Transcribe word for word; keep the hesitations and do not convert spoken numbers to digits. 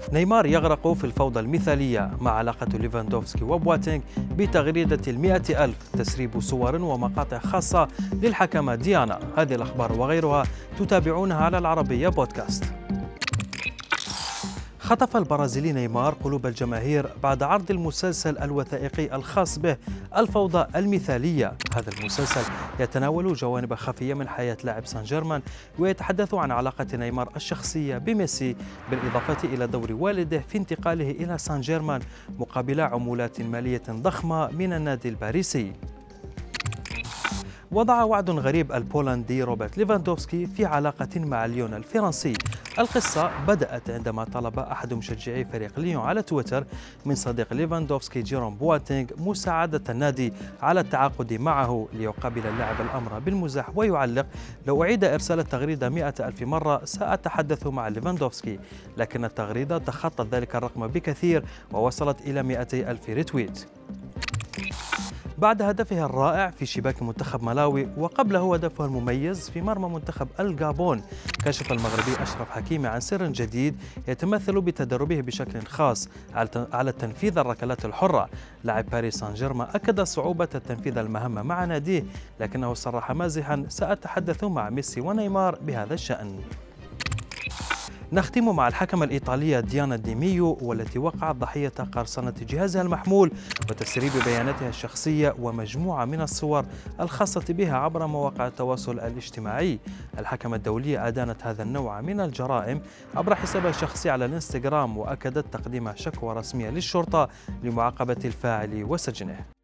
نيمار يغرق في الفوضى المثالية مع علاقة ليفاندوفسكي وبواتينغ بتغريدة المئة ألف، تسريب صور ومقاطع خاصة للحكمة ديانا. هذه الأخبار وغيرها تتابعونها على العربية بودكاست. خطف البرازيلي نيمار قلوب الجماهير بعد عرض المسلسل الوثائقي الخاص به الفوضى المثالية. هذا المسلسل يتناول جوانب خفية من حياة لاعب سان جيرمان، ويتحدث عن علاقة نيمار الشخصية بميسي، بالإضافة إلى دور والده في انتقاله إلى سان جيرمان مقابل عمولات مالية ضخمة من النادي الباريسي. وضع وعد غريب البولندي روبرت ليفاندوفسكي في علاقة مع ليون الفرنسي. القصة بدأت عندما طلب أحد مشجعي فريق ليون على تويتر من صديق ليفاندوفسكي جيروم بواتينغ مساعدة النادي على التعاقد معه ليقابل اللاعب الأمر بالمزاح، ويعلق: لو أعيد إرسال التغريدة مئة ألف مرة سأتحدث مع ليفاندوفسكي، لكن التغريدة تخطت ذلك الرقم بكثير ووصلت إلى مئتي ألف ريتويت. بعد هدفها الرائع في شباك منتخب ملاوي وقبله هدفها المميز في مرمى منتخب الغابون، كشف المغربي أشرف حكيمي عن سر جديد يتمثل بتدربه بشكل خاص على تنفيذ الركلات الحرة. لاعب باريس سان جيرمان أكد صعوبة تنفيذ المهمة مع ناديه، لكنه صرح مازحا: سأتحدث مع ميسي ونيمار بهذا الشأن. نختم مع الحكمة الإيطالية ديانا دي ميو، والتي وقعت ضحية قرصنة جهازها المحمول وتسريب بياناتها الشخصية ومجموعة من الصور الخاصة بها عبر مواقع التواصل الاجتماعي. الحكمة الدولية أدانت هذا النوع من الجرائم عبر حسابها الشخصي على الانستغرام، وأكدت تقديم شكوى رسمية للشرطة لمعاقبة الفاعل وسجنه.